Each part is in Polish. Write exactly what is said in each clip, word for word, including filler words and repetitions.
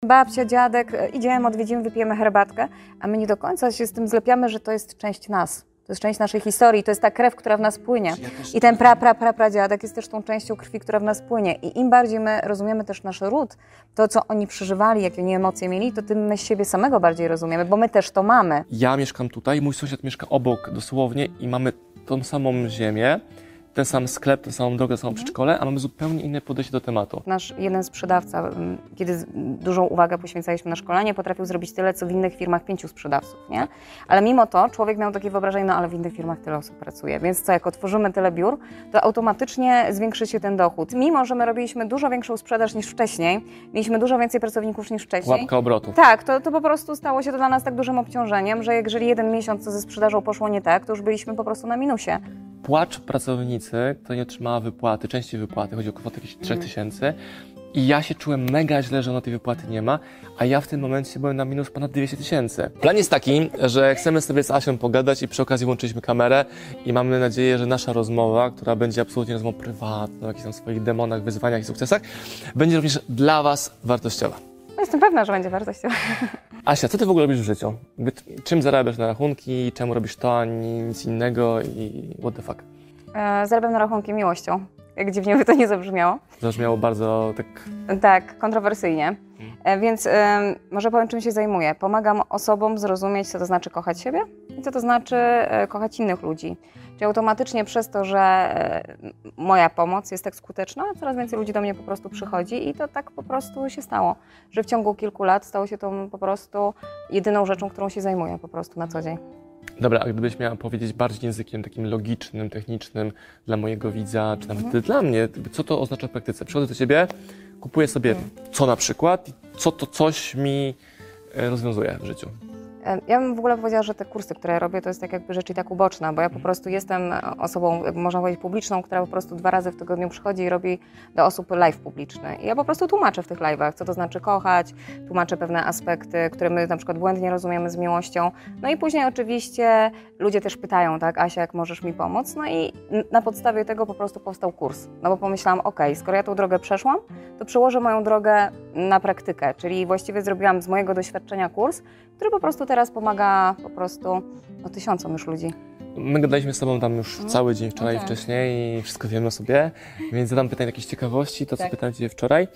babcia, dziadek, idziemy, odwiedzimy, wypijemy herbatkę, a my nie do końca się z tym zlepiamy, że to jest część nas. To jest część naszej historii, to jest ta krew, która w nas płynie. I ten pra, pra, pra, pradziadek jest też tą częścią krwi, która w nas płynie. I im bardziej my rozumiemy też nasz ród, to co oni przeżywali, jakie oni emocje mieli, to tym my siebie samego bardziej rozumiemy, bo my też to mamy. Ja mieszkam tutaj, mój sąsiad mieszka obok dosłownie i mamy tą samą ziemię, ten sam sklep, tę samą drogę, tę samą przedszkole, a mamy zupełnie inne podejście do tematu. Nasz jeden sprzedawca, kiedy dużą uwagę poświęcaliśmy na szkolenie, potrafił zrobić tyle, co w innych firmach pięciu sprzedawców, nie? Ale mimo to człowiek miał takie wyobrażenie, no ale w innych firmach tyle osób pracuje, więc co, jak otworzymy tyle biur, to automatycznie zwiększy się ten dochód. Mimo że my robiliśmy dużo większą sprzedaż niż wcześniej, mieliśmy dużo więcej pracowników niż wcześniej. Łapka obrotu. Tak, to, to po prostu stało się to dla nas tak dużym obciążeniem, że jeżeli jeden miesiąc ze sprzedażą poszło nie tak, to już byliśmy po prostu na minusie. Płacz pracownicy, która nie otrzymała wypłaty, części wypłaty, chodzi o kwotę jakieś trzech tysięcy. I ja się czułem mega źle, że ona tej wypłaty nie ma, a ja w tym momencie byłem na minus ponad dwieście tysięcy. Plan jest taki, że chcemy sobie z Asią pogadać i przy okazji włączyliśmy kamerę i mamy nadzieję, że nasza rozmowa, która będzie absolutnie rozmową prywatną, o jakichś tam swoich demonach, wyzwaniach i sukcesach, będzie również dla Was wartościowa. No jestem pewna, że będzie wartościowa. Asia, co ty w ogóle robisz w życiu? Czym zarabiasz na rachunki, czemu robisz to, a nic innego i what the fuck? E, zarabiam na rachunki miłością, jak dziwnie by to nie zabrzmiało. Zabrzmiało bardzo tak... Tak, kontrowersyjnie. E, więc e, może powiem, czym się zajmuję. Pomagam osobom zrozumieć, co to znaczy kochać siebie i co to znaczy e, kochać innych ludzi. Czyli automatycznie przez to, że e, moja pomoc jest tak skuteczna, coraz więcej ludzi do mnie po prostu przychodzi i to tak po prostu się stało, że w ciągu kilku lat stało się to po prostu jedyną rzeczą, którą się zajmuję po prostu na co dzień. Dobra, a gdybyś miała powiedzieć bardziej językiem takim logicznym, technicznym dla mojego widza, czy nawet mhm. dla mnie, co to oznacza w praktyce? Przychodzę do Ciebie, kupuję sobie mhm. co na przykład i co to coś mi rozwiązuje w życiu? Ja bym w ogóle powiedziała, że te kursy, które ja robię, to jest tak jakby rzecz i tak uboczna, bo ja po prostu jestem osobą, można powiedzieć, publiczną, która po prostu dwa razy w tygodniu przychodzi i robi do osób live publiczny. I ja po prostu tłumaczę w tych live'ach, co to znaczy kochać, tłumaczę pewne aspekty, które my na przykład błędnie rozumiemy z miłością. No i później oczywiście ludzie też pytają, tak, Asia, jak możesz mi pomóc? No i na podstawie tego po prostu powstał kurs. No bo pomyślałam, ok, skoro ja tą drogę przeszłam, to przełożę moją drogę na praktykę, czyli właściwie zrobiłam z mojego doświadczenia kurs, który po prostu teraz pomaga po prostu no, tysiącom już ludzi. My gadaliśmy z Tobą tam już hmm. cały dzień wczoraj okay. wcześniej i wszystko wiemy o sobie, więc zadam pytanie jakieś ciekawości, to co tak. pytałem Cię wczoraj.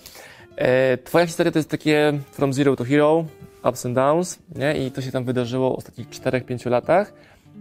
E, twoja historia to jest takie from zero to hero, ups and downs, nie? I to się tam wydarzyło w ostatnich czterech, pięciu latach,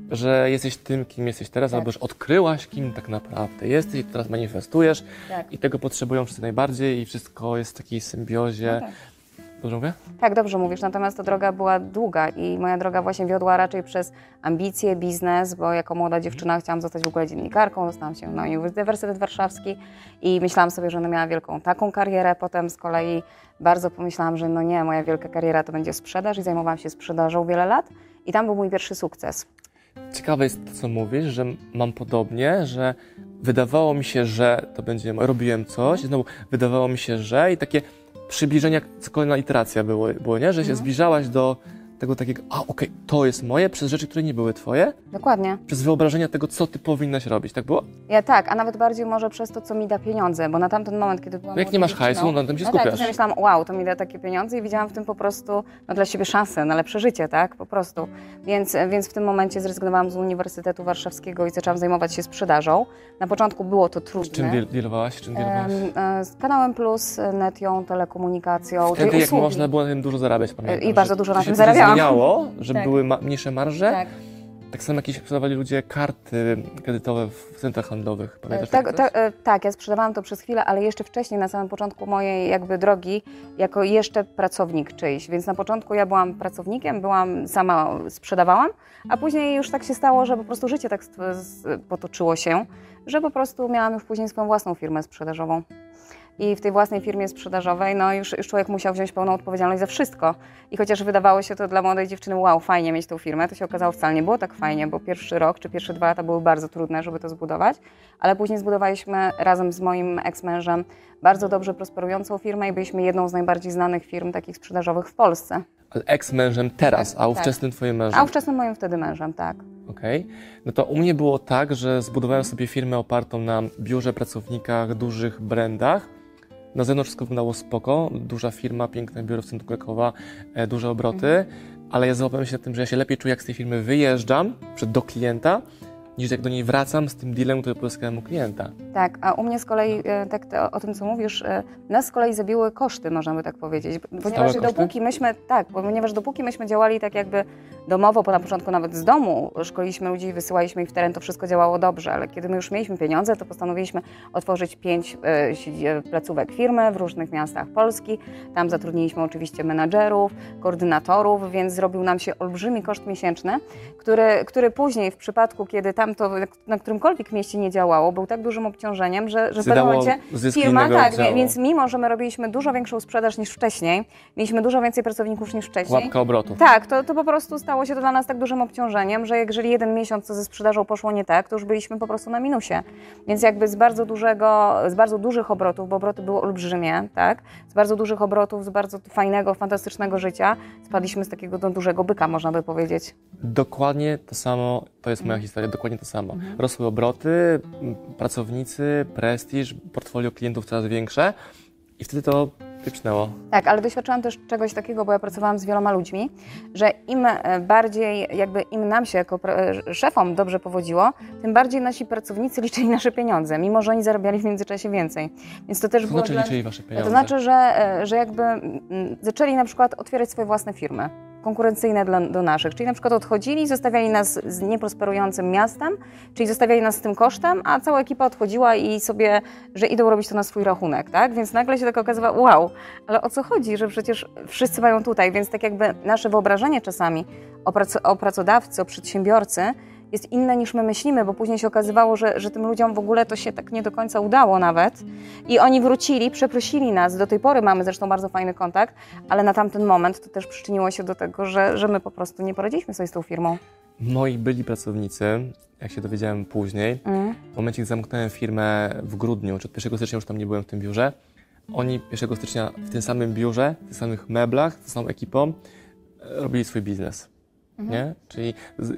że jesteś tym, kim jesteś teraz, tak. albo że odkryłaś, kim tak naprawdę jesteś i teraz manifestujesz tak. i tego potrzebują wszyscy najbardziej i wszystko jest w takiej symbiozie. No tak. Dobrze mówię? Tak, dobrze mówisz, natomiast ta droga była długa i moja droga właśnie wiodła raczej przez ambicje, biznes, bo jako młoda dziewczyna chciałam zostać w ogóle dziennikarką, dostałam się na Uniwersytet Warszawski i myślałam sobie, że ona miała wielką taką karierę, potem z kolei bardzo pomyślałam, że no nie, moja wielka kariera to będzie sprzedaż i zajmowałam się sprzedażą wiele lat i tam był mój pierwszy sukces. Ciekawe jest to, co mówisz, że mam podobnie, że wydawało mi się, że to będzie, robiłem coś i znowu wydawało mi się, że i takie przybliżenia, co kolejna iteracja było, było nie? Że się mhm. zbliżałaś do tego takiego, a okej, okay, to jest moje, przez rzeczy, które nie były twoje. Dokładnie. Przez wyobrażenia tego, co ty powinnaś robić, tak było? Ja tak, a nawet bardziej może przez to, co mi da pieniądze, bo na tamten moment, kiedy byłam... No jak nie masz hajsu, no na tym się no skupiasz. Tak, to myślałam, wow, to mi da takie pieniądze i widziałam w tym po prostu no, dla siebie szansę na lepsze życie, tak, po prostu. Więc, więc w tym momencie zrezygnowałam z Uniwersytetu Warszawskiego i zaczęłam zajmować się sprzedażą. Na początku było to trudne. Z czym dealowałaś? Czym dealowałaś? E, z Kanałem Plus, Netią, telekomunikacją. Wtedy jak usługi. Można było na tym dużo zarabiać, pamiętam. I bardzo dużo na tym zarabiałam. Zmieniało, że tak. były ma mniejsze marże. Tak. Tak samo jakieś sprzedawali ludzie karty kredytowe w centrach handlowych. Pamiętasz? Tak, tak, tak, ja sprzedawałam to przez chwilę, ale jeszcze wcześniej, na samym początku mojej jakby drogi, jako jeszcze pracownik czyjś. Więc na początku ja byłam pracownikiem, byłam sama, sprzedawałam, a później już tak się stało, że po prostu życie tak potoczyło się, że po prostu miałam już później swoją własną firmę sprzedażową. I w tej własnej firmie sprzedażowej, no już, już człowiek musiał wziąć pełną odpowiedzialność za wszystko. I chociaż wydawało się to dla młodej dziewczyny, wow, fajnie mieć tą firmę, to się okazało wcale nie było tak fajnie, bo pierwszy rok czy pierwsze dwa lata były bardzo trudne, żeby to zbudować. Ale później zbudowaliśmy razem z moim eks-mężem bardzo dobrze prosperującą firmę i byliśmy jedną z najbardziej znanych firm takich sprzedażowych w Polsce. Ale eks-mężem teraz, tak, a ówczesnym tak. twoim mężem? A ówczesnym moim wtedy mężem, tak. Okej. Okay. No to u mnie było tak, że zbudowałem sobie firmę opartą na biurze, pracownikach, dużych brandach. Na zewnątrz wszystko wyglądało spoko, duża firma, piękne biuro w centrum Krakowa, e, duże obroty, mhm. ale ja załapałem się na tym, że ja się lepiej czuję, jak z tej firmy wyjeżdżam przed do klienta, niż jak do niej wracam z tym dealem, który pozyskałem u klienta. Tak, a u mnie z kolei, tak to, o tym co mówisz, nas z kolei zabiły koszty, można by tak powiedzieć. Ponieważ Stałe dopóki koszty? myśmy, tak, ponieważ dopóki myśmy działali tak jakby domowo, bo na początku nawet z domu szkoliliśmy ludzi, wysyłaliśmy ich w teren, to wszystko działało dobrze, ale kiedy my już mieliśmy pieniądze, to postanowiliśmy otworzyć pięć e, placówek firmy w różnych miastach Polski. Tam zatrudniliśmy oczywiście menadżerów, koordynatorów, więc zrobił nam się olbrzymi koszt miesięczny, który, który później w przypadku, kiedy tam to na którymkolwiek mieście nie działało, był tak dużym obciążeniem, że, że w pewnym momencie firma, tak, oddziału. Więc mimo, że my robiliśmy dużo większą sprzedaż niż wcześniej, mieliśmy dużo więcej pracowników niż wcześniej. Łapka obrotu. Tak, to, to po prostu stało się to dla nas tak dużym obciążeniem, że jeżeli jeden miesiąc ze sprzedażą poszło nie tak, to już byliśmy po prostu na minusie. Więc jakby z bardzo dużego, z bardzo dużych obrotów, bo obroty były olbrzymie, tak, z bardzo dużych obrotów, z bardzo fajnego, fantastycznego życia, spadliśmy z takiego do dużego byka, można by powiedzieć. Dokładnie to samo, to jest moja historia, dokładnie to samo. Mhm. Rosły obroty, pracownicy, prestiż, portfolio klientów coraz większe i wtedy to pieprznęło. Tak, ale doświadczyłam też czegoś takiego, bo ja pracowałam z wieloma ludźmi, że im bardziej, jakby im nam się jako szefom dobrze powodziło, tym bardziej nasi pracownicy liczyli nasze pieniądze, mimo że oni zarabiali w międzyczasie więcej. Więc to też To było znaczy dla... liczyli wasze pieniądze? To znaczy, że, że jakby zaczęli na przykład otwierać swoje własne firmy konkurencyjne dla, do naszych, czyli na przykład odchodzili, zostawiali nas z nieprosperującym miastem, czyli zostawiali nas z tym kosztem, a cała ekipa odchodziła i sobie, że idą robić to na swój rachunek, tak? Więc nagle się tak okazywało, wow, ale o co chodzi, że przecież wszyscy mają tutaj, więc tak jakby nasze wyobrażenie czasami o, prac o pracodawcy, o przedsiębiorcy jest inne niż my myślimy, bo później się okazywało, że, że tym ludziom w ogóle to się tak nie do końca udało nawet i oni wrócili, przeprosili nas, do tej pory mamy zresztą bardzo fajny kontakt, ale na tamten moment to też przyczyniło się do tego, że, że my po prostu nie poradziliśmy sobie z tą firmą. Moi byli pracownicy, jak się dowiedziałem później, mm. w momencie, gdy zamknąłem firmę w grudniu, czy od pierwszego stycznia już tam nie byłem w tym biurze, oni pierwszego stycznia w tym samym biurze, w tych samych meblach, z tą samą ekipą robili swój biznes, mm. nie? Czyli... Z...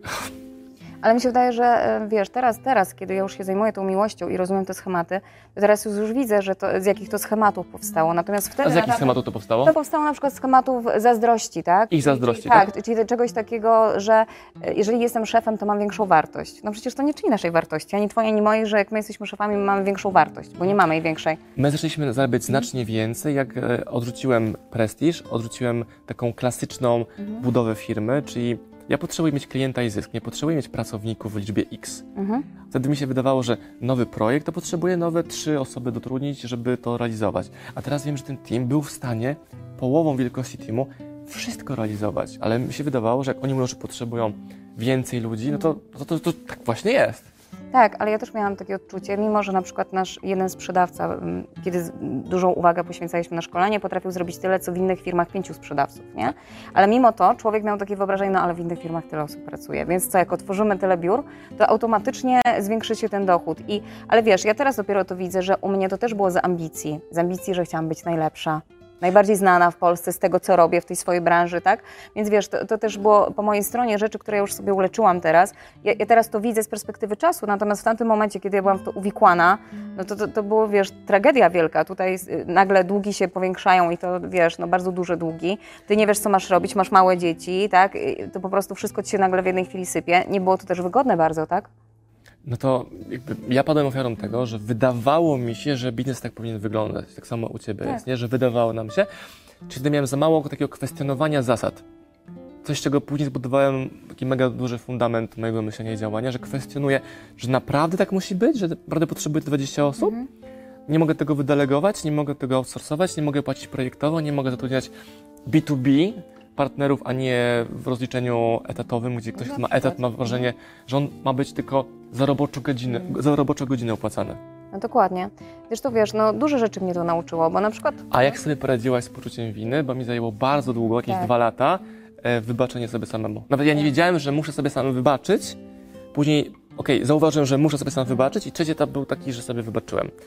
Ale mi się wydaje, że wiesz, teraz, teraz, kiedy ja już się zajmuję tą miłością i rozumiem te schematy, to teraz już, już widzę, że to, z jakich to schematów powstało. Natomiast wtedy... A z jakich schematów to powstało? To powstało na przykład z schematów zazdrości, tak? Ich zazdrości, czyli, tak? tak? Czyli czegoś takiego, że jeżeli jestem szefem, to mam większą wartość. No przecież to nie czyni naszej wartości, ani twojej, ani mojej, że jak my jesteśmy szefami, my mamy większą wartość, bo nie mamy jej większej. My zaczęliśmy zarabiać znacznie więcej, jak odrzuciłem prestiż, odrzuciłem taką klasyczną mhm. budowę firmy, czyli ja potrzebuję mieć klienta i zysk, nie potrzebuję mieć pracowników w liczbie X. Mhm. Wtedy mi się wydawało, że nowy projekt to potrzebuję nowe trzy osoby dotrudnić, żeby to realizować. A teraz wiem, że ten team był w stanie połową wielkości teamu wszystko realizować. Ale mi się wydawało, że jak oni mówią, że potrzebują więcej ludzi, no to, to, to, to tak właśnie jest. Tak, ale ja też miałam takie odczucie, mimo że na przykład nasz jeden sprzedawca, kiedy dużą uwagę poświęcaliśmy na szkolenie, potrafił zrobić tyle, co w innych firmach pięciu sprzedawców, nie? Ale mimo to człowiek miał takie wyobrażenie, no ale w innych firmach tyle osób pracuje, więc co, jak otworzymy tyle biur, to automatycznie zwiększy się ten dochód. I, ale wiesz, ja teraz dopiero to widzę, że u mnie to też było z ambicji, z ambicji, że chciałam być najlepsza. Najbardziej znana w Polsce z tego, co robię w tej swojej branży, tak? Więc wiesz, to, to też było po mojej stronie rzeczy, które ja już sobie uleczyłam teraz. Ja, ja teraz to widzę z perspektywy czasu, natomiast w tamtym momencie, kiedy ja byłam w to uwikłana, no to, to, to było, wiesz, tragedia wielka. Tutaj nagle długi się powiększają i to, wiesz, no bardzo duże długi. Ty nie wiesz, co masz robić, masz małe dzieci, tak? To po prostu wszystko ci się nagle w jednej chwili sypie. Nie było to też wygodne bardzo, tak? No to jakby ja padłem ofiarą tego, że wydawało mi się, że biznes tak powinien wyglądać. Tak samo u Ciebie tak. jest, nie? Że wydawało nam się. Czyli miałem za mało takiego kwestionowania zasad. Coś, z czego później zbudowałem taki mega duży fundament mojego myślenia i działania, że kwestionuję, że naprawdę tak musi być, że naprawdę potrzebuję dwadzieścia osób. Mhm. Nie mogę tego wydelegować, nie mogę tego outsourcować, nie mogę płacić projektowo, nie mogę zatrudniać B dwa B partnerów, a nie w rozliczeniu etatowym, gdzie ktoś, kto ma etat, ma wrażenie, że on ma być tylko za roboczą godzinę, hmm. za roboczą godzinę opłacany. No dokładnie. Zresztą wiesz, no duże rzeczy mnie to nauczyło, bo na przykład... A jak sobie poradziłaś z poczuciem winy, bo mi zajęło bardzo długo, jakieś tak. dwa lata, e, wybaczenie sobie samemu. Nawet ja nie wiedziałem, że muszę sobie sam wybaczyć. Później, okej, okay, zauważyłem, że muszę sobie sam wybaczyć i trzeci etap był taki, że sobie wybaczyłem.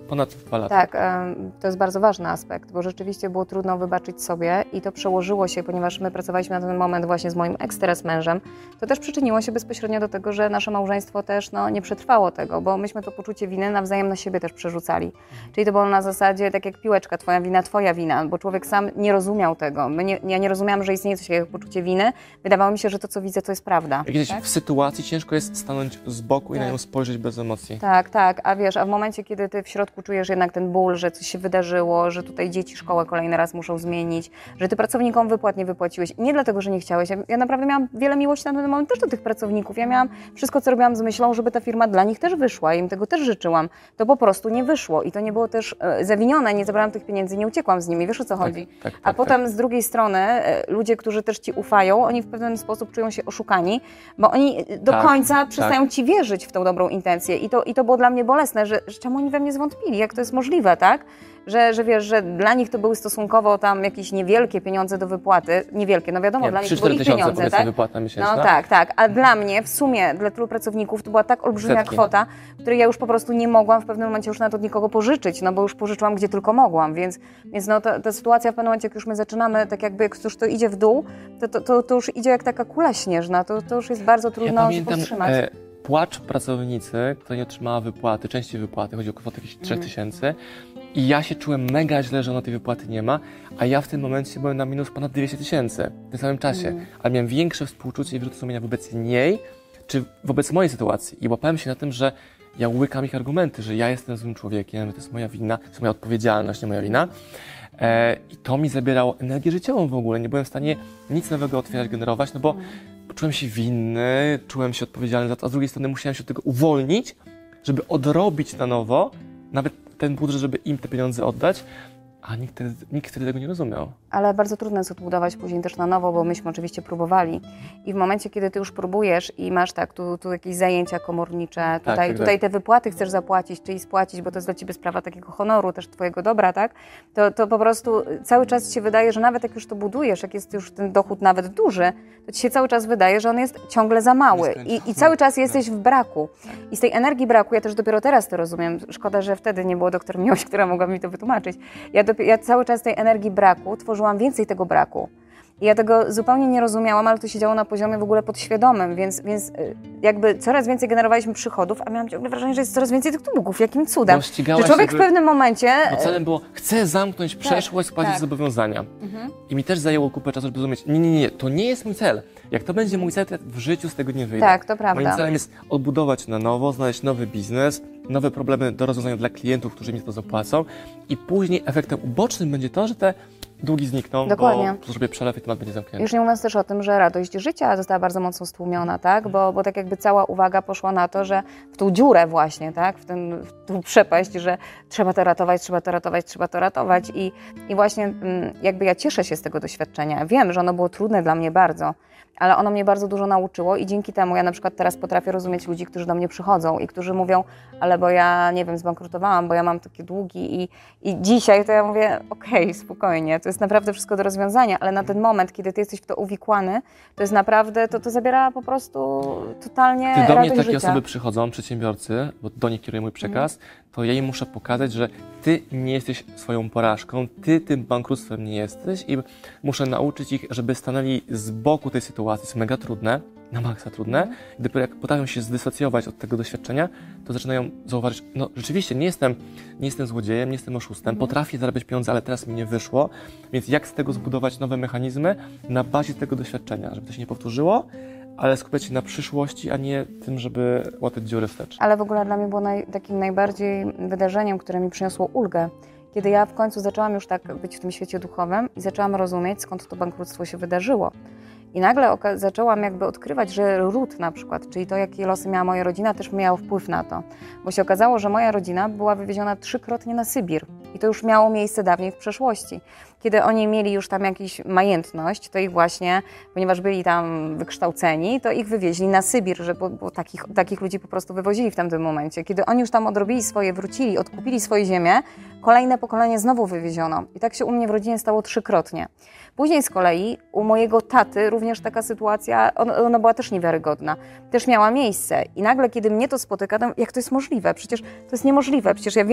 ponad dwa lata. Tak, to jest bardzo ważny aspekt, bo rzeczywiście było trudno wybaczyć sobie i to przełożyło się, ponieważ my pracowaliśmy na ten moment właśnie z moim eks-teraz mężem, to też przyczyniło się bezpośrednio do tego, że nasze małżeństwo też no, nie przetrwało tego, bo myśmy to poczucie winy nawzajem na siebie też przerzucali. Czyli to było na zasadzie tak jak piłeczka, twoja wina, twoja wina, bo człowiek sam nie rozumiał tego. My nie, ja nie rozumiałam, że istnieje coś takiego jak poczucie winy. Wydawało mi się, że to, co widzę, to jest prawda. Jak jesteś tak? w sytuacji, ciężko jest stanąć z boku tak. i na nią spojrzeć bez emocji. Tak, tak, a wiesz, a w momencie, kiedy ty w środku czujesz jednak ten ból, że coś się wydarzyło, że tutaj dzieci szkołę kolejny raz muszą zmienić, że ty pracownikom wypłat nie wypłaciłeś. Nie dlatego, że nie chciałeś. Ja, ja naprawdę miałam wiele miłości na ten moment też do tych pracowników. Ja miałam wszystko, co robiłam z myślą, żeby ta firma dla nich też wyszła. Im tego też życzyłam. To po prostu nie wyszło i to nie było też e, zawinione, nie zabrałam tych pieniędzy, nie uciekłam z nimi. Wiesz, o co chodzi? Tak, tak, tak, a potem tak. z drugiej strony e, ludzie, którzy też ci ufają, oni w pewien sposób czują się oszukani, bo oni do tak, końca przestają tak. ci wierzyć w tą dobrą intencję. I to, i to było dla mnie bolesne, że, że czemu oni we mnie zwątpili, jak to jest możliwe, tak? Że, że wiesz, że dla nich to były stosunkowo tam jakieś niewielkie pieniądze do wypłaty, niewielkie, no wiadomo, Nie, dla nich trzy to były cztery ich tysiące pieniądze, powiedzmy tak? wypłata miesięczna. No tak, tak, a dla mnie w sumie, dla tylu pracowników to była tak olbrzymia Setki. kwota, której ja już po prostu nie mogłam w pewnym momencie już nawet od nikogo pożyczyć, no bo już pożyczyłam gdzie tylko mogłam, więc, więc no ta, ta sytuacja w pewnym momencie, jak już my zaczynamy, tak jakby jak już to idzie w dół, to, to, to, to już idzie jak taka kula śnieżna, to, to już jest bardzo trudno ja się pamiętam, powstrzymać. E, płacz pracownicy, która nie otrzymała wypłaty, części wypłaty, chodzi o kwotę jakichś trzech tysięcy i ja się czułem mega źle, że ona tej wypłaty nie ma, a ja w tym momencie byłem na minus ponad dwieście tysięcy w tym samym czasie, Mm. ale miałem większe współczucie i wyrzuty sumienia wobec niej, czy wobec mojej sytuacji i łapałem się na tym, że ja łykam ich argumenty, że ja jestem złym człowiekiem, że to jest moja wina, to jest moja odpowiedzialność, nie moja wina. E, I to mi zabierało energię życiową w ogóle, nie byłem w stanie nic nowego otwierać, generować, no bo czułem się winny, czułem się odpowiedzialny za to, a z drugiej strony musiałem się od tego uwolnić, żeby odrobić na nowo, nawet ten budżet, żeby im te pieniądze oddać, a nikt wtedy, nikt wtedy tego nie rozumiał. Ale bardzo trudno jest odbudować później też na nowo, bo myśmy oczywiście próbowali. I w momencie, kiedy ty już próbujesz i masz tak, tu, tu jakieś zajęcia komornicze, tutaj, tak, tutaj tak. te wypłaty chcesz zapłacić, czyli spłacić, bo to jest dla ciebie sprawa takiego honoru, też twojego dobra, tak? To, to po prostu cały czas ci się wydaje, że nawet jak już to budujesz, jak jest już ten dochód nawet duży, to ci się cały czas wydaje, że on jest ciągle za mały i, i cały czas jesteś w braku. I z tej energii braku, ja też dopiero teraz to rozumiem, szkoda, że wtedy nie było doktor Miłość, która mogła mi to wytłumaczyć. Ja, dopiero, ja cały czas tej energii braku tworzyłam więcej tego braku. I ja tego zupełnie nie rozumiałam, ale to się działo na poziomie w ogóle podświadomym, więc, więc jakby coraz więcej generowaliśmy przychodów, a miałam ciągle wrażenie, że jest coraz więcej tych długów. Jakim cudem? No, że człowiek się, w pewnym momencie... Bo celem było, chcę zamknąć przeszłość, spłacić tak. zobowiązania. Mhm. I mi też zajęło kupę czasu, żeby zrozumieć, nie, nie, nie, to nie jest mój cel. Jak to będzie mój cel, to ja w życiu z tego nie wyjdę. Tak, to prawda. Moim celem jest odbudować na nowo, znaleźć nowy biznes, nowe problemy do rozwiązania dla klientów, którzy mi to zapłacą i później efektem ubocznym będzie to, że te długi znikną, Dokładnie. bo zrobię przelew i temat będzie zamknięty. Już nie mówiąc też o tym, że radość życia została bardzo mocno stłumiona, tak? Bo, bo tak jakby cała uwaga poszła na to, że w tą dziurę właśnie, tak? W, ten, w tą przepaść, że trzeba to ratować, trzeba to ratować, trzeba to ratować i, i właśnie jakby ja cieszę się z tego doświadczenia. Wiem, że ono było trudne dla mnie bardzo, ale ono mnie bardzo dużo nauczyło i dzięki temu ja na przykład teraz potrafię rozumieć ludzi, którzy do mnie przychodzą i którzy mówią, ale bo ja, nie wiem, zbankrutowałam, bo ja mam takie długi i, i dzisiaj to ja mówię, okej, okay, spokojnie, to jest naprawdę wszystko do rozwiązania, ale na ten moment, kiedy ty jesteś w to uwikłany, to jest naprawdę, to, to zabiera po prostu totalnie Gdy do mnie radość takie życia. osoby przychodzą, przedsiębiorcy, bo do nich kieruję mój przekaz, mm. to ja im muszę pokazać, że ty nie jesteś swoją porażką, ty tym bankructwem nie jesteś i muszę nauczyć ich, żeby stanęli z boku tej sytuacji, jest mega trudne, na maksa trudne. I dopiero jak potrafią się zdysocjować od tego doświadczenia, to zaczynają zauważyć, no rzeczywiście nie jestem, nie jestem złodziejem, nie jestem oszustem, mm. potrafię zarabiać pieniądze, ale teraz mi nie wyszło, więc jak z tego zbudować nowe mechanizmy na bazie tego doświadczenia, żeby to się nie powtórzyło, ale skupiać się na przyszłości, a nie tym, żeby łatać dziury wstecz. Ale w ogóle dla mnie było naj, takim najbardziej wydarzeniem, które mi przyniosło ulgę, kiedy ja w końcu zaczęłam już tak być w tym świecie duchowym i zaczęłam rozumieć, skąd to bankructwo się wydarzyło. I nagle zaczęłam jakby odkrywać, że ród na przykład, czyli to, jakie losy miała moja rodzina, też miało wpływ na to. Bo się okazało, że moja rodzina była wywieziona trzykrotnie na Sybir. I to już miało miejsce dawniej w przeszłości. Kiedy oni mieli już tam jakąś majętność, to ich właśnie, ponieważ byli tam wykształceni, to ich wywieźli na Sybir, że, bo, bo takich, takich ludzi po prostu wywozili w tamtym momencie. Kiedy oni już tam odrobili swoje, wrócili, odkupili swoje ziemię, kolejne pokolenie znowu wywieziono. I tak się u mnie w rodzinie stało trzykrotnie. Później z kolei u mojego taty również taka sytuacja, ona, ona była też niewiarygodna, też miała miejsce. I nagle, kiedy mnie to spotyka, to jak to jest możliwe? Przecież to jest niemożliwe. Przecież ja wiem,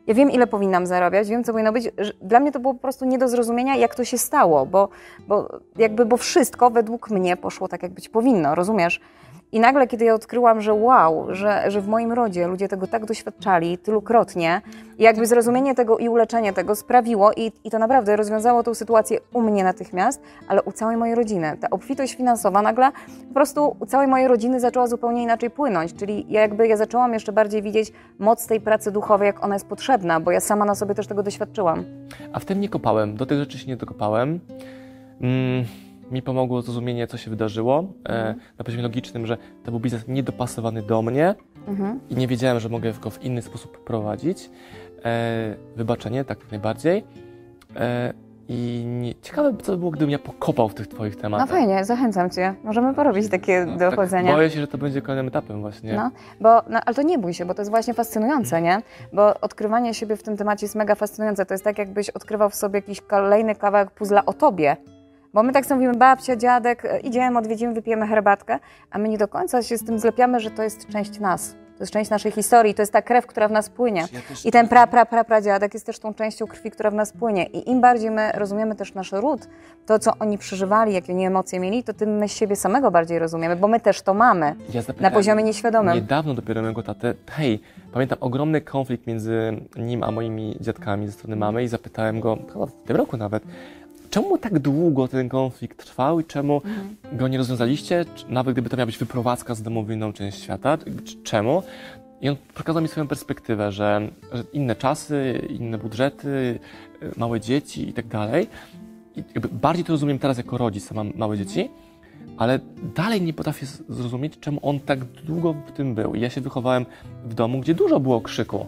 Ja wiem, ile powinnam zarabiać, wiem, co powinno być. Dla mnie to było po prostu nie do zrozumienia, jak to się stało, bo, bo, jakby, bo wszystko według mnie poszło tak, jak być powinno, rozumiesz? I nagle, kiedy ja odkryłam, że wow, że, że w moim rodzie ludzie tego tak doświadczali tylukrotnie, i jakby zrozumienie tego i uleczenie tego sprawiło, i, i to naprawdę rozwiązało tą sytuację u mnie natychmiast, ale u całej mojej rodziny. Ta obfitość finansowa nagle po prostu u całej mojej rodziny zaczęła zupełnie inaczej płynąć, czyli ja jakby ja zaczęłam jeszcze bardziej widzieć moc tej pracy duchowej, jak ona jest potrzebna, bo ja sama na sobie też tego doświadczyłam. A w tym nie kopałem, do tych rzeczy się nie dokopałem. Mm. Mi pomogło zrozumienie, co się wydarzyło, mhm. e, na poziomie logicznym, że to był biznes niedopasowany do mnie mhm. i nie wiedziałem, że mogę go w inny sposób prowadzić. E, wybaczenie, tak najbardziej. E, I nie, ciekawe, co by było, gdybym ja pokopał w tych twoich tematach. No fajnie, zachęcam cię. Możemy porobić takie no, dochodzenia. Tak boję się, że to będzie kolejnym etapem właśnie. No, bo, no, ale to nie bój się, bo to jest właśnie fascynujące, nie? Bo odkrywanie siebie w tym temacie jest mega fascynujące. To jest tak, jakbyś odkrywał w sobie jakiś kolejny kawałek puzzla o tobie. Bo my tak sobie mówimy, babcia, dziadek, idziemy, odwiedzimy, wypijemy herbatkę, a my nie do końca się z tym zlepiamy, że to jest część nas. To jest część naszej historii, to jest ta krew, która w nas płynie. Ja I ten pra, pra, pra, pradziadek jest też tą częścią krwi, która w nas płynie. I im bardziej my rozumiemy też nasz ród, to co oni przeżywali, jakie oni emocje mieli, to tym my siebie samego bardziej rozumiemy, bo my też to mamy ja na poziomie nieświadomym. Niedawno dopiero mojego tatę, hej, pamiętam ogromny konflikt między nim a moimi dziadkami ze strony mamy i zapytałem go, chyba w tym roku nawet, czemu tak długo ten konflikt trwał i czemu mhm. go nie rozwiązaliście? Nawet gdyby to miała być wyprowadzka z domu w inną część świata, czemu? I on pokazał mi swoją perspektywę, że, że inne czasy, inne budżety, małe dzieci i tak dalej. I jakby bardziej to rozumiem teraz jako rodzic, mam małe dzieci, ale dalej nie potrafię zrozumieć, czemu on tak długo w tym był. I ja się wychowałem w domu, gdzie dużo było krzyku.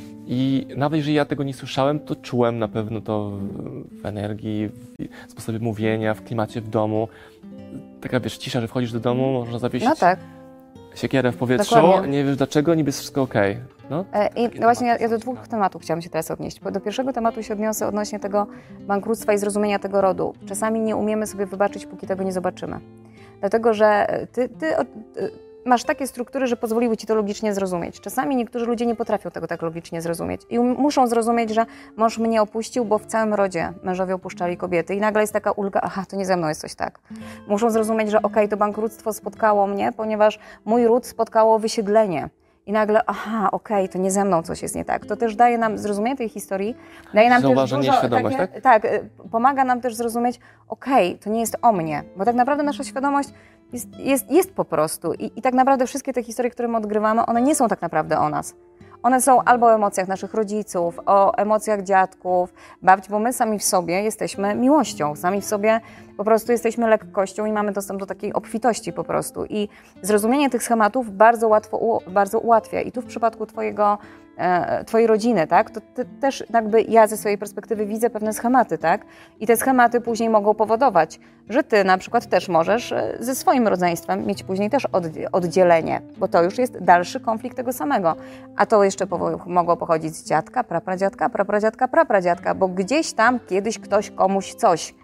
I nawet jeżeli ja tego nie słyszałem, to czułem na pewno to w energii, w sposobie mówienia, w klimacie w domu. Taka, wiesz, cisza, że wchodzisz do domu, można zawiesić no tak. siekierę w powietrzu, Dokładnie. Nie wiesz dlaczego, niby jest wszystko okej. Okay. No, I no właśnie ja, ja do dwóch tematów chciałam się teraz odnieść. Do pierwszego tematu się odniosę odnośnie tego bankructwa i zrozumienia tego rodu. Czasami nie umiemy sobie wybaczyć, póki tego nie zobaczymy. Dlatego, że ty... ty masz takie struktury, że pozwoliły ci to logicznie zrozumieć. Czasami niektórzy ludzie nie potrafią tego tak logicznie zrozumieć i muszą zrozumieć, że mąż mnie opuścił, bo w całym rodzie mężowie opuszczali kobiety i nagle jest taka ulga, aha, to nie ze mną jest coś tak. Muszą zrozumieć, że okej, okay, to bankructwo spotkało mnie, ponieważ mój ród spotkało wysiedlenie. I nagle, aha, okej, okay, to nie ze mną coś jest nie tak. To też daje nam zrozumienie tej historii, daje nam Zauważenie, też dużo, świadomość, takie, tak? Tak, pomaga nam też zrozumieć, okej, okay, to nie jest o mnie, bo tak naprawdę nasza świadomość jest, jest, jest po prostu I, i tak naprawdę wszystkie te historie, które my odgrywamy, one nie są tak naprawdę o nas. One są albo o emocjach naszych rodziców, o emocjach dziadków, babci, bo my sami w sobie jesteśmy miłością, sami w sobie po prostu jesteśmy lekkością i mamy dostęp do takiej obfitości po prostu. I zrozumienie tych schematów bardzo łatwo, bardzo ułatwia. I tu w przypadku twojego, e, twojej rodziny, tak, to ty, też jakby ja ze swojej perspektywy widzę pewne schematy, tak, i te schematy później mogą powodować, że ty na przykład też możesz ze swoim rodzeństwem mieć później też oddzielenie, bo to już jest dalszy konflikt tego samego. A to jeszcze mogło pochodzić z dziadka, prapradziadka, prapradziadka, prapradziadka, bo gdzieś tam kiedyś ktoś komuś coś,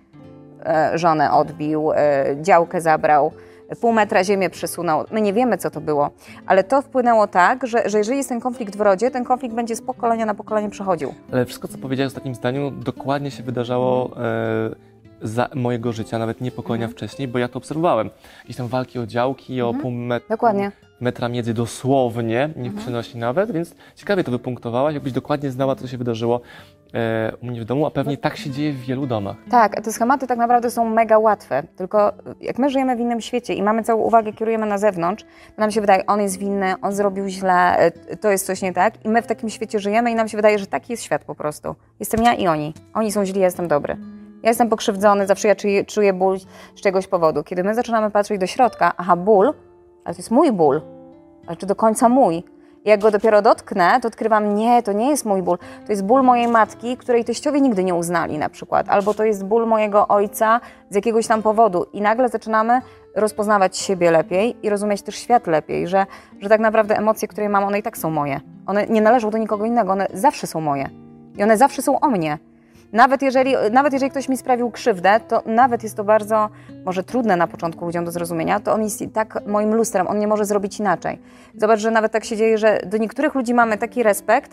e, żonę odbił, e, działkę zabrał, pół metra ziemię przesunął. My nie wiemy, co to było, ale to wpłynęło tak, że, że jeżeli jest ten konflikt w rodzie, ten konflikt będzie z pokolenia na pokolenie przechodził. Ale wszystko, co powiedziałeś w ostatnim zdaniu, dokładnie się wydarzało e, za mojego życia, nawet nie pokolenia mhm. wcześniej, bo ja to obserwowałem. Jakieś tam walki o działki, mhm. o pół metra, Dokładnie. metra miedzy dosłownie, nie w przenośni nawet, więc ciekawie to wypunktowałaś, jakbyś dokładnie znała, co się wydarzyło e, u mnie w domu, a pewnie tak się dzieje w wielu domach. Tak, te schematy tak naprawdę są mega łatwe, tylko jak my żyjemy w innym świecie i mamy całą uwagę, kierujemy na zewnątrz, to nam się wydaje, on jest winny, on zrobił źle, to jest coś nie tak i my w takim świecie żyjemy i nam się wydaje, że taki jest świat po prostu. Jestem ja i oni. Oni są źli, ja jestem dobry. Ja jestem pokrzywdzony, zawsze ja czuję, czuję ból z czegoś powodu. Kiedy my zaczynamy patrzeć do środka, aha, ból, ale to jest mój ból, ale czy do końca mój? I jak go dopiero dotknę, to odkrywam, nie, to nie jest mój ból, to jest ból mojej matki, której teściowie nigdy nie uznali na przykład, albo to jest ból mojego ojca z jakiegoś tam powodu. I nagle zaczynamy rozpoznawać siebie lepiej i rozumieć też świat lepiej, że, że tak naprawdę emocje, które mam, one i tak są moje. One nie należą do nikogo innego, one zawsze są moje. I one zawsze są o mnie. Nawet jeżeli, nawet jeżeli ktoś mi sprawił krzywdę, to nawet jest to bardzo, może trudne na początku ludziom do zrozumienia, to on jest tak moim lustrem, on nie może zrobić inaczej. Zobacz, że nawet tak się dzieje, że do niektórych ludzi mamy taki respekt,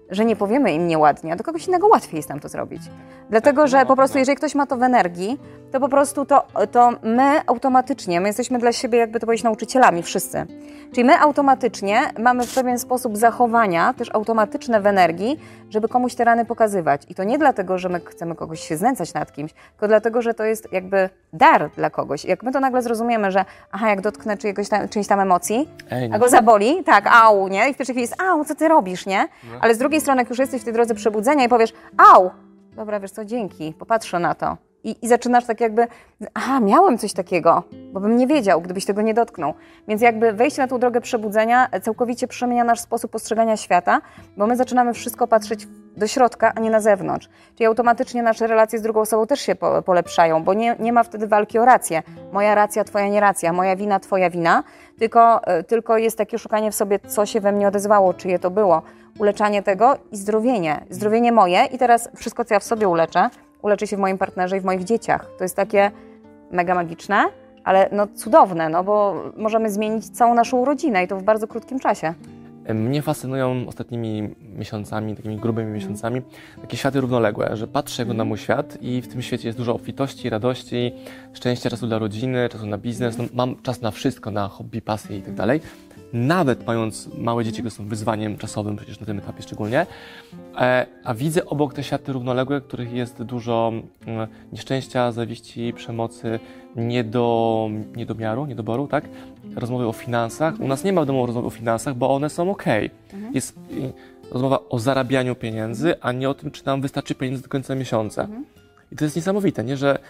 że nie powiemy im nieładnie, a do kogoś innego łatwiej jest nam to zrobić. Dlatego, że po prostu jeżeli ktoś ma to w energii, to po prostu to, to my automatycznie, my jesteśmy dla siebie, jakby to powiedzieć, nauczycielami wszyscy. Czyli my automatycznie mamy w pewien sposób zachowania, też automatyczne w energii, żeby komuś te rany pokazywać. I to nie dlatego, że my chcemy kogoś się znęcać nad kimś, tylko dlatego, że to jest jakby dar dla kogoś. Jak my to nagle zrozumiemy, że aha, jak dotknę czyjegoś tam, czyjejś tam emocji, Ej, a go zaboli, tak, au, nie? I w pierwszej chwili jest au, co ty robisz, nie? No. Ale z drugiej strony, jak już jesteś w tej drodze przebudzenia i powiesz au, dobra, wiesz co, dzięki, popatrzę na to. I, I zaczynasz tak jakby, aha, miałem coś takiego, bo bym nie wiedział, gdybyś tego nie dotknął. Więc jakby wejście na tą drogę przebudzenia całkowicie przemienia nasz sposób postrzegania świata, bo my zaczynamy wszystko patrzeć do środka, a nie na zewnątrz. Czyli automatycznie nasze relacje z drugą osobą też się po, polepszają, bo nie, nie ma wtedy walki o rację. Moja racja, twoja nieracja, moja wina, twoja wina, tylko, tylko jest takie szukanie w sobie, co się we mnie odezwało, czyje to było. Uleczanie tego i zdrowienie. Zdrowienie moje i teraz wszystko, co ja w sobie uleczę, uleczy się w moim partnerze i w moich dzieciach. To jest takie mega magiczne, ale no cudowne, no bo możemy zmienić całą naszą rodzinę i to w bardzo krótkim czasie. Mnie fascynują ostatnimi miesiącami, takimi grubymi miesiącami, takie światy równoległe, że patrzę jak na mój świat i w tym świecie jest dużo obfitości, radości, szczęścia, czasu dla rodziny, czasu na biznes, no, mam czas na wszystko, na hobby, pasje i tak dalej. Nawet mając małe dzieci, które są wyzwaniem czasowym przecież na tym etapie szczególnie, e, a widzę obok te światy równoległe, w których jest dużo e, nieszczęścia, zawiści, przemocy, niedo, niedomiaru, niedoboru, tak? Rozmowy o finansach. U nas nie ma w domu rozmowy o finansach, bo one są okej. Okay. Jest e, rozmowa o zarabianiu pieniędzy, a nie o tym, czy nam wystarczy pieniędzy do końca miesiąca. I to jest niesamowite, nie? Że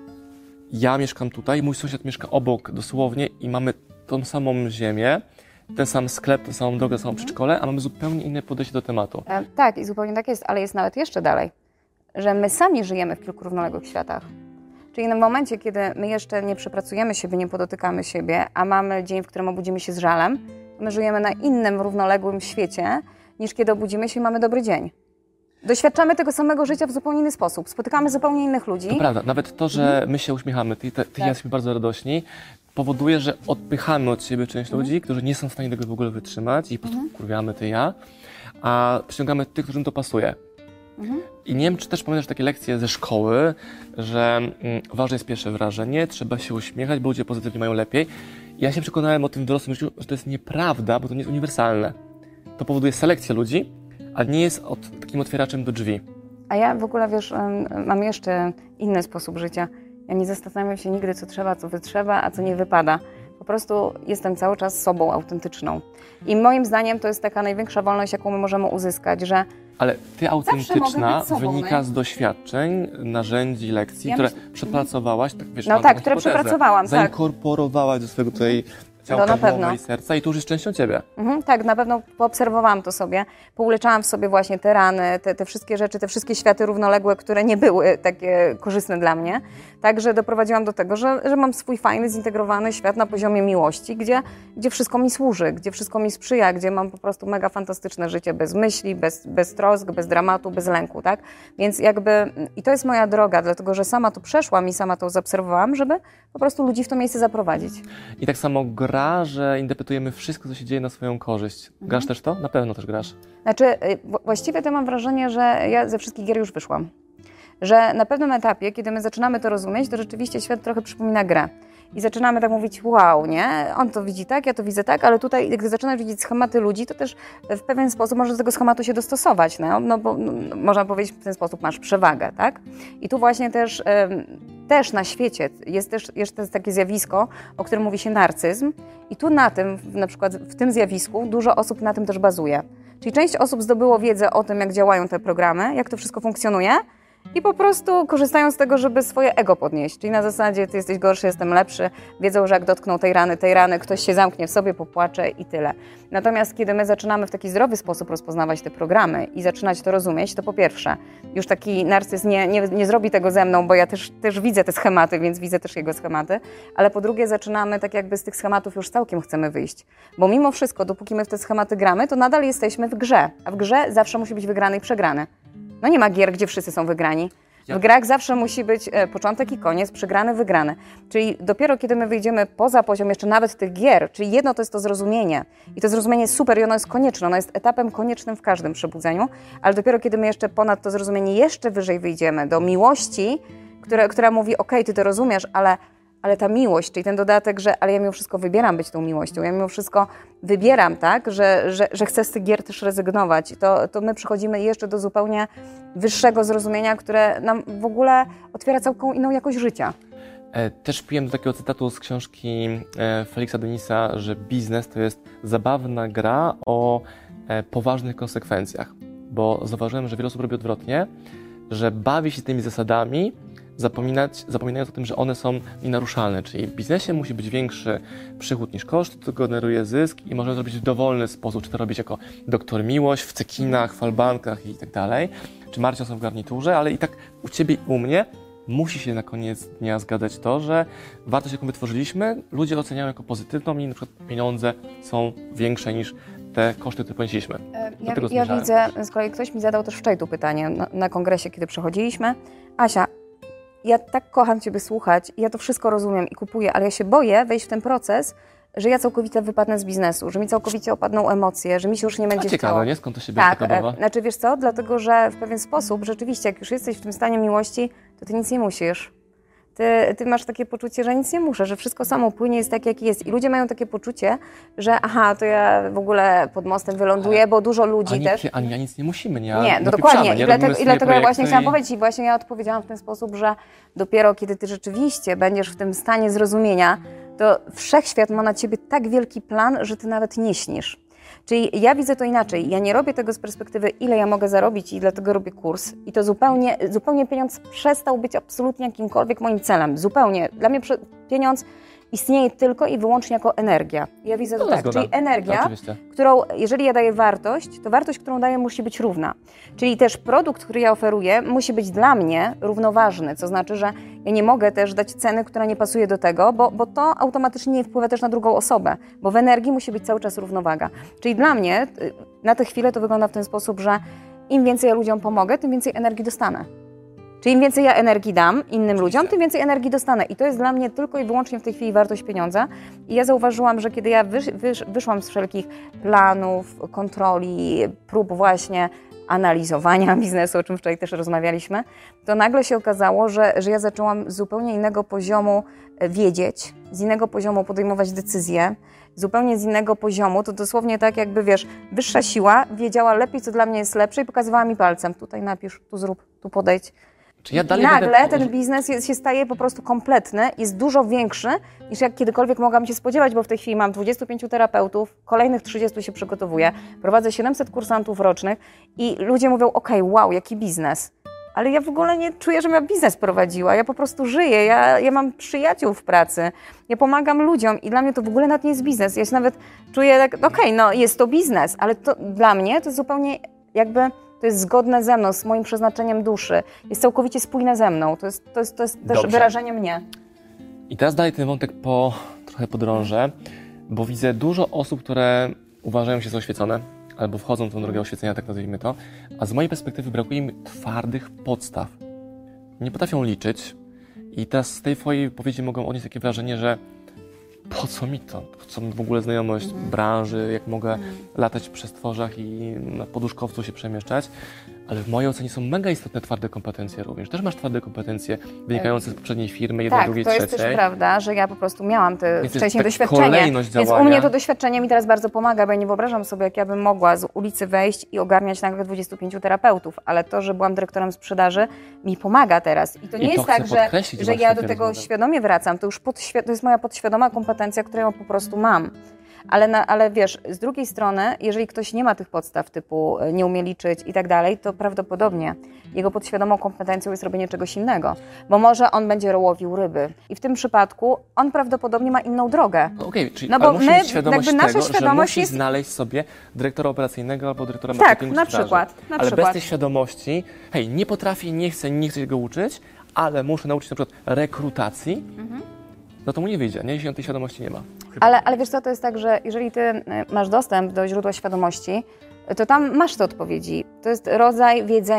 ja mieszkam tutaj, mój sąsiad mieszka obok dosłownie i mamy tą samą ziemię, ten sam sklep, tę samą drogę, tę samą przedszkole, a mamy zupełnie inne podejście do tematu. E, tak, i zupełnie tak jest, ale jest nawet jeszcze dalej, że my sami żyjemy w kilku równoległych światach. Czyli w momencie, kiedy my jeszcze nie przepracujemy siebie, nie podotykamy siebie, a mamy dzień, w którym obudzimy się z żalem, my żyjemy na innym równoległym świecie, niż kiedy obudzimy się i mamy dobry dzień. Doświadczamy tego samego życia w zupełnie inny sposób, spotykamy zupełnie innych ludzi. To prawda, nawet to, że my się uśmiechamy, ty, ty, ty tak. jesteśmy bardzo radośni, powoduje, że odpychamy od siebie część mhm. ludzi, którzy nie są w stanie tego w ogóle wytrzymać i po prostu mhm. kurwiamy ty ja, a przyciągamy tych, którym to pasuje. Mhm. I nie wiem, czy też pamiętasz takie lekcje ze szkoły, że mm, ważne jest pierwsze wrażenie, trzeba się uśmiechać, bo ludzie pozytywnie mają lepiej. I ja się przekonałem o tym w dorosłym życiu, że to jest nieprawda, bo to nie jest uniwersalne. To powoduje selekcję ludzi, ale nie jest od, takim otwieraczem do drzwi. A ja w ogóle, wiesz, mam jeszcze inny sposób życia. Ja nie zastanawiam się nigdy, co trzeba, co wytrzeba, a co nie wypada. Po prostu jestem cały czas sobą autentyczną. I moim zdaniem to jest taka największa wolność, jaką my możemy uzyskać, że ale ty autentyczna sobą, wynika z doświadczeń, narzędzi, lekcji, ja które myśl... przepracowałaś, tak wiesz, no tak, które przepracowałam, zainkorporowałaś do swojego tutaj ciała, na pewno. I serca i to już jest częścią ciebie. Mhm, tak, na pewno poobserwowałam to sobie, pouleczałam w sobie właśnie te rany, te, te wszystkie rzeczy, te wszystkie światy równoległe, które nie były takie korzystne dla mnie. Także doprowadziłam do tego, że, że mam swój fajny, zintegrowany świat na poziomie miłości, gdzie, gdzie wszystko mi służy, gdzie wszystko mi sprzyja, gdzie mam po prostu mega fantastyczne życie, bez myśli, bez, bez trosk, bez dramatu, bez lęku, tak? Więc jakby, i to jest moja droga, dlatego, że sama to przeszłam i sama to zaobserwowałam, żeby po prostu ludzi w to miejsce zaprowadzić. I tak samo gra, że interpretujemy wszystko, co się dzieje na swoją korzyść. Grasz mhm. też to? Na pewno też grasz. Znaczy, właściwie to mam wrażenie, że ja ze wszystkich gier już wyszłam. Że na pewnym etapie, kiedy my zaczynamy to rozumieć, to rzeczywiście świat trochę przypomina grę. I zaczynamy tak mówić, wow, nie? On to widzi tak, ja to widzę tak, ale tutaj, gdy zaczynasz widzieć schematy ludzi, to też w pewien sposób możesz do tego schematu się dostosować, no, no bo no, można powiedzieć, w ten sposób masz przewagę, tak? I tu właśnie też, też na świecie jest też jeszcze takie zjawisko, o którym mówi się narcyzm i tu na tym, na przykład w tym zjawisku dużo osób na tym też bazuje. Czyli część osób zdobyło wiedzę o tym, jak działają te programy, jak to wszystko funkcjonuje, i po prostu korzystają z tego, żeby swoje ego podnieść. Czyli na zasadzie, ty jesteś gorszy, jestem lepszy. Wiedzą, że jak dotkną tej rany, tej rany, ktoś się zamknie w sobie, popłacze i tyle. Natomiast kiedy my zaczynamy w taki zdrowy sposób rozpoznawać te programy i zaczynać to rozumieć, to po pierwsze, już taki narcyz nie, nie, nie zrobi tego ze mną, bo ja też, też widzę te schematy, więc widzę też jego schematy. Ale po drugie zaczynamy tak jakby z tych schematów już całkiem chcemy wyjść. Bo mimo wszystko, dopóki my w te schematy gramy, to nadal jesteśmy w grze. A w grze zawsze musi być wygrany i przegrany. No nie ma gier, gdzie wszyscy są wygrani. W grach zawsze musi być początek i koniec, przegrany, wygrany. Czyli dopiero kiedy my wyjdziemy poza poziom jeszcze nawet tych gier, czyli jedno to jest to zrozumienie i to zrozumienie jest super i ono jest konieczne, ono jest etapem koniecznym w każdym przebudzeniu, ale dopiero kiedy my jeszcze ponad to zrozumienie jeszcze wyżej wyjdziemy do miłości, która, która mówi, okej, ty to rozumiesz, ale ale ta miłość, czyli ten dodatek, że ale ja mimo wszystko wybieram być tą miłością, ja mimo wszystko wybieram, tak, że, że, że chcę z tych gier też rezygnować, to, to my przychodzimy jeszcze do zupełnie wyższego zrozumienia, które nam w ogóle otwiera całką inną jakość życia. Też piłem do takiego cytatu z książki Felixa Denisa, że biznes to jest zabawna gra o poważnych konsekwencjach, bo zauważyłem, że wiele osób robi odwrotnie, że bawi się tymi zasadami, Zapominać, zapominając o tym, że one są nienaruszalne, czyli w biznesie musi być większy przychód niż koszt, to generuje zysk i można zrobić w dowolny sposób, czy to robić jako doktor Miłość, w cekinach, falbankach i tak dalej, czy Marcia są w garniturze, ale i tak u Ciebie i u mnie musi się na koniec dnia zgadzać to, że wartość, jaką wytworzyliśmy, ludzie oceniają jako pozytywną i na przykład pieniądze są większe niż te koszty, które ponieśliśmy. Ja, ja widzę, z kolei ktoś mi zadał też wczoraj tu pytanie na, na kongresie, kiedy przechodziliśmy. Asia, ja tak kocham Ciebie słuchać, ja to wszystko rozumiem i kupuję, ale ja się boję wejść w ten proces, że ja całkowicie wypadnę z biznesu, że mi całkowicie opadną emocje, że mi się już nie będzie A ciekawe, chciało. nie? Skąd to się bierze tak, taka obawa? Znaczy wiesz co, dlatego, że w pewien sposób rzeczywiście, jak już jesteś w tym stanie miłości, to Ty nic nie musisz. Ty, ty masz takie poczucie, że nic nie muszę, że wszystko samo płynie, jest tak, jak jest. I ludzie mają takie poczucie, że aha, to ja w ogóle pod mostem wyląduję, ale bo dużo ludzi ani też... Ty, ani ja nic nie musimy, nie? Nie, no dokładnie. I dlatego, i dlatego ja właśnie chciałam powiedzieć i właśnie ja odpowiedziałam w ten sposób, że dopiero kiedy Ty rzeczywiście będziesz w tym stanie zrozumienia, to wszechświat ma na Ciebie tak wielki plan, że Ty nawet nie śnisz. Czyli ja widzę to inaczej. Ja nie robię tego z perspektywy, ile ja mogę zarobić i dlatego robię kurs. I to zupełnie, zupełnie pieniądz przestał być absolutnie jakimkolwiek moim celem. Zupełnie. Dla mnie pieniądz istnieje tylko i wyłącznie jako energia. Ja widzę to no, tak, zgoda. czyli energia, Oczywiście. którą, jeżeli ja daję wartość, to wartość, którą daję, musi być równa. Czyli też produkt, który ja oferuję, musi być dla mnie równoważny, co znaczy, że ja nie mogę też dać ceny, która nie pasuje do tego, bo, bo to automatycznie nie wpływa też na drugą osobę, bo w energii musi być cały czas równowaga. Czyli dla mnie na tę chwilę to wygląda w ten sposób, że im więcej ja ludziom pomogę, tym więcej energii dostanę. Czyli im więcej ja energii dam innym ludziom, tym więcej energii dostanę. I to jest dla mnie tylko i wyłącznie w tej chwili wartość pieniądza. I ja zauważyłam, że kiedy ja wysz, wysz, wyszłam z wszelkich planów, kontroli, prób właśnie analizowania biznesu, o czym wczoraj też rozmawialiśmy, to nagle się okazało, że, że ja zaczęłam z zupełnie innego poziomu wiedzieć, z innego poziomu podejmować decyzje, zupełnie z innego poziomu, to dosłownie tak jakby, wiesz, wyższa siła wiedziała lepiej, co dla mnie jest lepsze i pokazywała mi palcem. Tutaj napisz, tu zrób, tu podejdź. Ja I nagle będę... ten biznes jest, się staje po prostu kompletny, jest dużo większy niż jak kiedykolwiek mogłam się spodziewać, bo w tej chwili mam dwudziestu pięciu terapeutów, kolejnych trzydziestu się przygotowuję, prowadzę siedemset kursantów rocznych i ludzie mówią, okej, okay, wow, jaki biznes. Ale ja w ogóle nie czuję, że ja biznes prowadziła, ja po prostu żyję, ja, ja mam przyjaciół w pracy, ja pomagam ludziom i dla mnie to w ogóle nawet nie jest biznes. Ja się nawet czuję tak, okej, okay, no jest to biznes, ale to dla mnie to zupełnie jakby... To jest zgodne ze mną, z moim przeznaczeniem duszy. Jest całkowicie spójne ze mną. To jest, to jest, to jest też Dobrze. wyrażenie mnie. I teraz dalej ten wątek po trochę podrążę, bo widzę dużo osób, które uważają się za oświecone, albo wchodzą w tą drogę oświecenia, tak nazwijmy to, a z mojej perspektywy brakuje im twardych podstaw. Nie potrafią liczyć i teraz z tej twojej wypowiedzi mogą odnieść takie wrażenie, że po co mi to? Po co mi w ogóle znajomość mm. branży, jak mogę mm. latać przez tworzach i na poduszkowcu się przemieszczać? Ale w mojej ocenie są mega istotne twarde kompetencje również. Też masz twarde kompetencje wynikające z poprzedniej firmy, jednej, tak, drugiej, trzeciej. Tak, to jest też prawda, że ja po prostu miałam te więc wcześniej tak doświadczenie. Więc działania. u mnie to doświadczenie mi teraz bardzo pomaga, bo ja nie wyobrażam sobie, jak ja bym mogła z ulicy wejść i ogarniać nagle dwudziestu pięciu terapeutów. Ale to, że byłam dyrektorem sprzedaży, mi pomaga teraz. I to nie I to jest tak, że, że ja do tego rozmawiam. świadomie wracam. To już podświ- to jest moja podświadoma kompetencja, którą ja po prostu mam. Ale, na, ale wiesz, z drugiej strony, jeżeli ktoś nie ma tych podstaw typu nie umie liczyć i tak dalej, to prawdopodobnie jego podświadomą kompetencją jest robienie czegoś innego. Bo może on będzie łowił ryby i w tym przypadku on prawdopodobnie ma inną drogę. No okej, okay, czyli no bo musi my, mieć świadomość jakby nasza tego, świadomość że musi jest... znaleźć sobie dyrektora operacyjnego albo dyrektora tak, marketingu na sprzedaży. przykład, na ale przykład. bez tej świadomości, hej, nie potrafię, nie chcę, nie chcę go uczyć, ale muszę nauczyć na przykład rekrutacji, mhm. no to mu nie wyjdzie, nie? Jeśli on tej świadomości nie ma. Ale, ale wiesz co, to jest tak, że jeżeli ty masz dostęp do źródła świadomości, to tam masz te odpowiedzi. To jest rodzaj wiedzenia.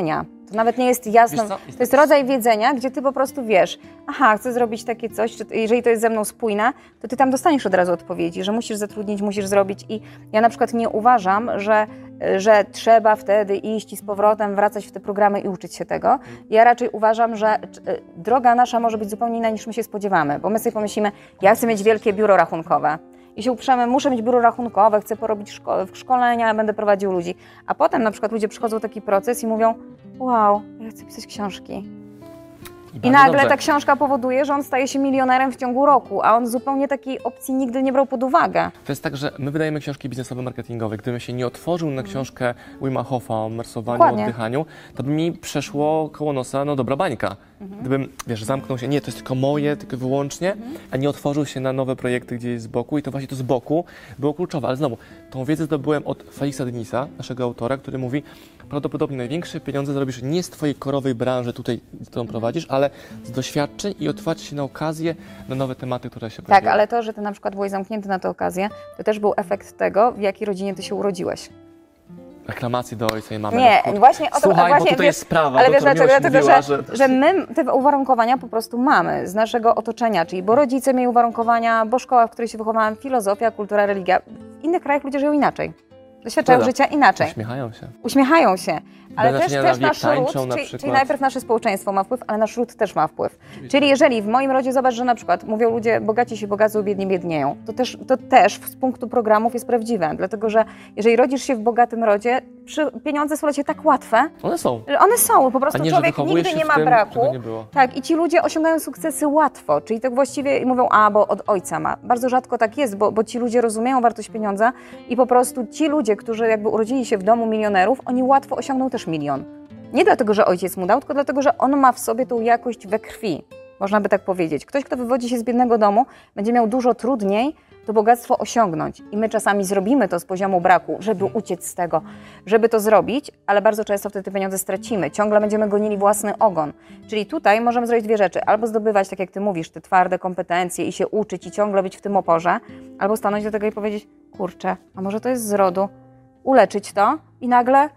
To nawet nie jest jasne. Wiesz co? To jest rodzaj wiedzenia, gdzie ty po prostu wiesz, aha, chcę zrobić takie coś, czy jeżeli to jest ze mną spójne, to ty tam dostaniesz od razu odpowiedzi, że musisz zatrudnić, musisz zrobić i ja na przykład nie uważam, że, że trzeba wtedy iść i z powrotem wracać w te programy i uczyć się tego. Ja raczej uważam, że droga nasza może być zupełnie inna niż my się spodziewamy, bo my sobie pomyślimy, ja chcę mieć wielkie biuro rachunkowe. I się uprzemy, muszę mieć biuro rachunkowe, chcę porobić szko szkolenia, będę prowadził ludzi. A potem na przykład ludzie przychodzą w taki proces i mówią, wow, ja chcę pisać książki. I, I nagle dobrze. Ta książka powoduje, że on staje się milionerem w ciągu roku, a on zupełnie takiej opcji nigdy nie brał pod uwagę. To jest tak, że my wydajemy książki biznesowe, marketingowe. Gdybym się nie otworzył na książkę Wima Hofa o mersowaniu, o oddychaniu, to by mi przeszło koło nosa, no dobra bańka. Mhm. Gdybym, wiesz, zamknął się, nie, to jest tylko moje, tylko wyłącznie, mhm. a nie otworzył się na nowe projekty gdzieś z boku i to właśnie to z boku było kluczowe. Ale znowu, tą wiedzę zdobyłem od Felixa Denisa, naszego autora, który mówi, prawdopodobnie największe pieniądze zarobisz nie z twojej korowej branży tutaj, którą prowadzisz, ale z doświadczeń i otwarcie się na okazje, na nowe tematy, które się pojawiają. Tak, ale to, że ty na przykład byłeś zamknięty na tę okazję, to też był efekt tego, w jakiej rodzinie ty się urodziłeś. Reklamacje do ojca i mamy. Nie, właśnie o to, Słuchaj, właśnie, bo tutaj wiesz, jest sprawa. Ale wiesz dlaczego? Dlatego, mówiła, że, że... że my te uwarunkowania po prostu mamy z naszego otoczenia, czyli bo rodzice mieli uwarunkowania, bo szkoła, w której się wychowałam, filozofia, kultura, religia. W innych krajach ludzie żyją inaczej. Doświadczają życia inaczej. Uśmiechają się. Uśmiechają się. Ale też, też nasz ród, na czyli, czyli najpierw nasze społeczeństwo ma wpływ, ale nasz ród też ma wpływ. Oczywiście. Czyli jeżeli w moim rodzie zobacz, że na przykład mówią ludzie, bogaci się bogacą, biedni biednieją, to też, to też z punktu programów jest prawdziwe, dlatego że jeżeli rodzisz się w bogatym rodzie, przy, pieniądze są dla ciebie tak łatwe. One są. Że one są, po prostu nie, człowiek nigdy nie ma tym, braku. Nie było. Tak, i ci ludzie osiągają sukcesy łatwo, czyli tak właściwie mówią, a bo od ojca ma. Bardzo rzadko tak jest, bo, bo ci ludzie rozumieją wartość pieniądza i po prostu ci ludzie, którzy jakby urodzili się w domu milionerów, oni łatwo osiągną też milion. Nie dlatego, że ojciec mu dał, tylko dlatego, że on ma w sobie tą jakość we krwi. Można by tak powiedzieć. Ktoś, kto wywodzi się z biednego domu, będzie miał dużo trudniej to bogactwo osiągnąć. I my czasami zrobimy to z poziomu braku, żeby uciec z tego, żeby to zrobić, ale bardzo często wtedy te pieniądze stracimy. Ciągle będziemy gonili własny ogon. Czyli tutaj możemy zrobić dwie rzeczy. Albo zdobywać, tak jak ty mówisz, te twarde kompetencje i się uczyć i ciągle być w tym oporze, albo stanąć do tego i powiedzieć, kurczę, a może to jest z rodu, uleczyć to i nagle...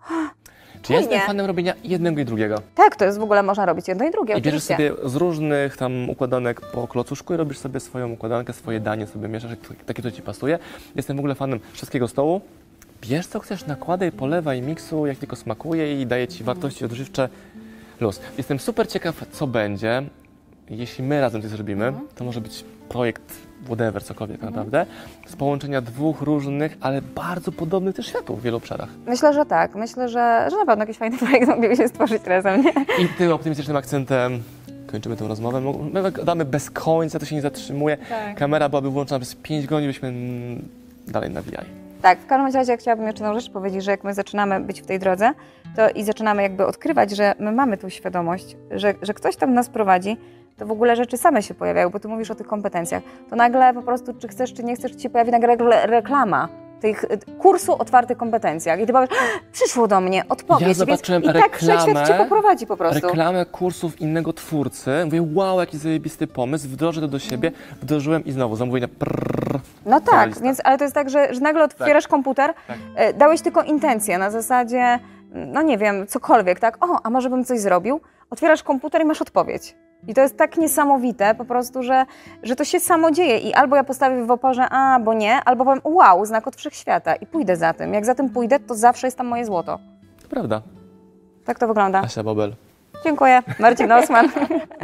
Czy ja jestem fanem robienia jednego i drugiego? Tak, to jest w ogóle, można robić jedno i drugie. I bierzesz sobie z różnych tam układanek po klocuszku i robisz sobie swoją układankę, swoje danie sobie mieszasz, takie to ci pasuje. Jestem w ogóle fanem wszystkiego stołu. Bierz co chcesz, nakładaj, polewaj, miksuj, jak tylko smakuje i daje ci wartości odżywcze. Luz. Jestem super ciekaw, co będzie, jeśli my razem to zrobimy. Mhm. To może być projekt whatever, cokolwiek mhm. naprawdę, z połączenia dwóch różnych, ale bardzo podobnych też światów w wielu obszarach. Myślę, że tak. Myślę, że, że na pewno jakiś fajny projekt mogliby się stworzyć razem, nie? I tym optymistycznym akcentem kończymy tę rozmowę. My gadamy bez końca, to się nie zatrzymuje. Tak. Kamera byłaby włączona przez pięć godzin, byśmy dalej nawijali. Tak, w każdym razie ja chciałabym jeszcze jedną rzecz powiedzieć, że jak my zaczynamy być w tej drodze to i zaczynamy jakby odkrywać, że my mamy tą świadomość, że, że ktoś tam nas prowadzi, to w ogóle rzeczy same się pojawiają, bo ty mówisz o tych kompetencjach. To nagle po prostu, czy chcesz, czy nie chcesz, ci się pojawi nagle reklama tych kursu o otwartych kompetencjach. I ty powiesz, przyszło do mnie, odpowiedź. Ja zobaczyłem Więc reklamę, i tak wszechświat cię poprowadzi po prostu. Reklamę kursów innego twórcy. Mówię, wow, jaki zajebisty pomysł, wdrożę to do siebie, wdrożyłem i znowu zamówienia prrr, No tak, więc, ale to jest tak, że, że nagle otwierasz tak. komputer, tak. dałeś tylko intencję na zasadzie, no nie wiem, cokolwiek, tak? O, a może bym coś zrobił? Otwierasz komputer i masz odpowiedź. I to jest tak niesamowite po prostu, że, że to się samo dzieje i albo ja postawię w oporze, a, bo nie, albo powiem, wow, znak od wszechświata i pójdę za tym. Jak za tym pójdę, to zawsze jest tam moje złoto. To prawda. Tak to wygląda. Asia Bobel. Dziękuję. Marcin Osman.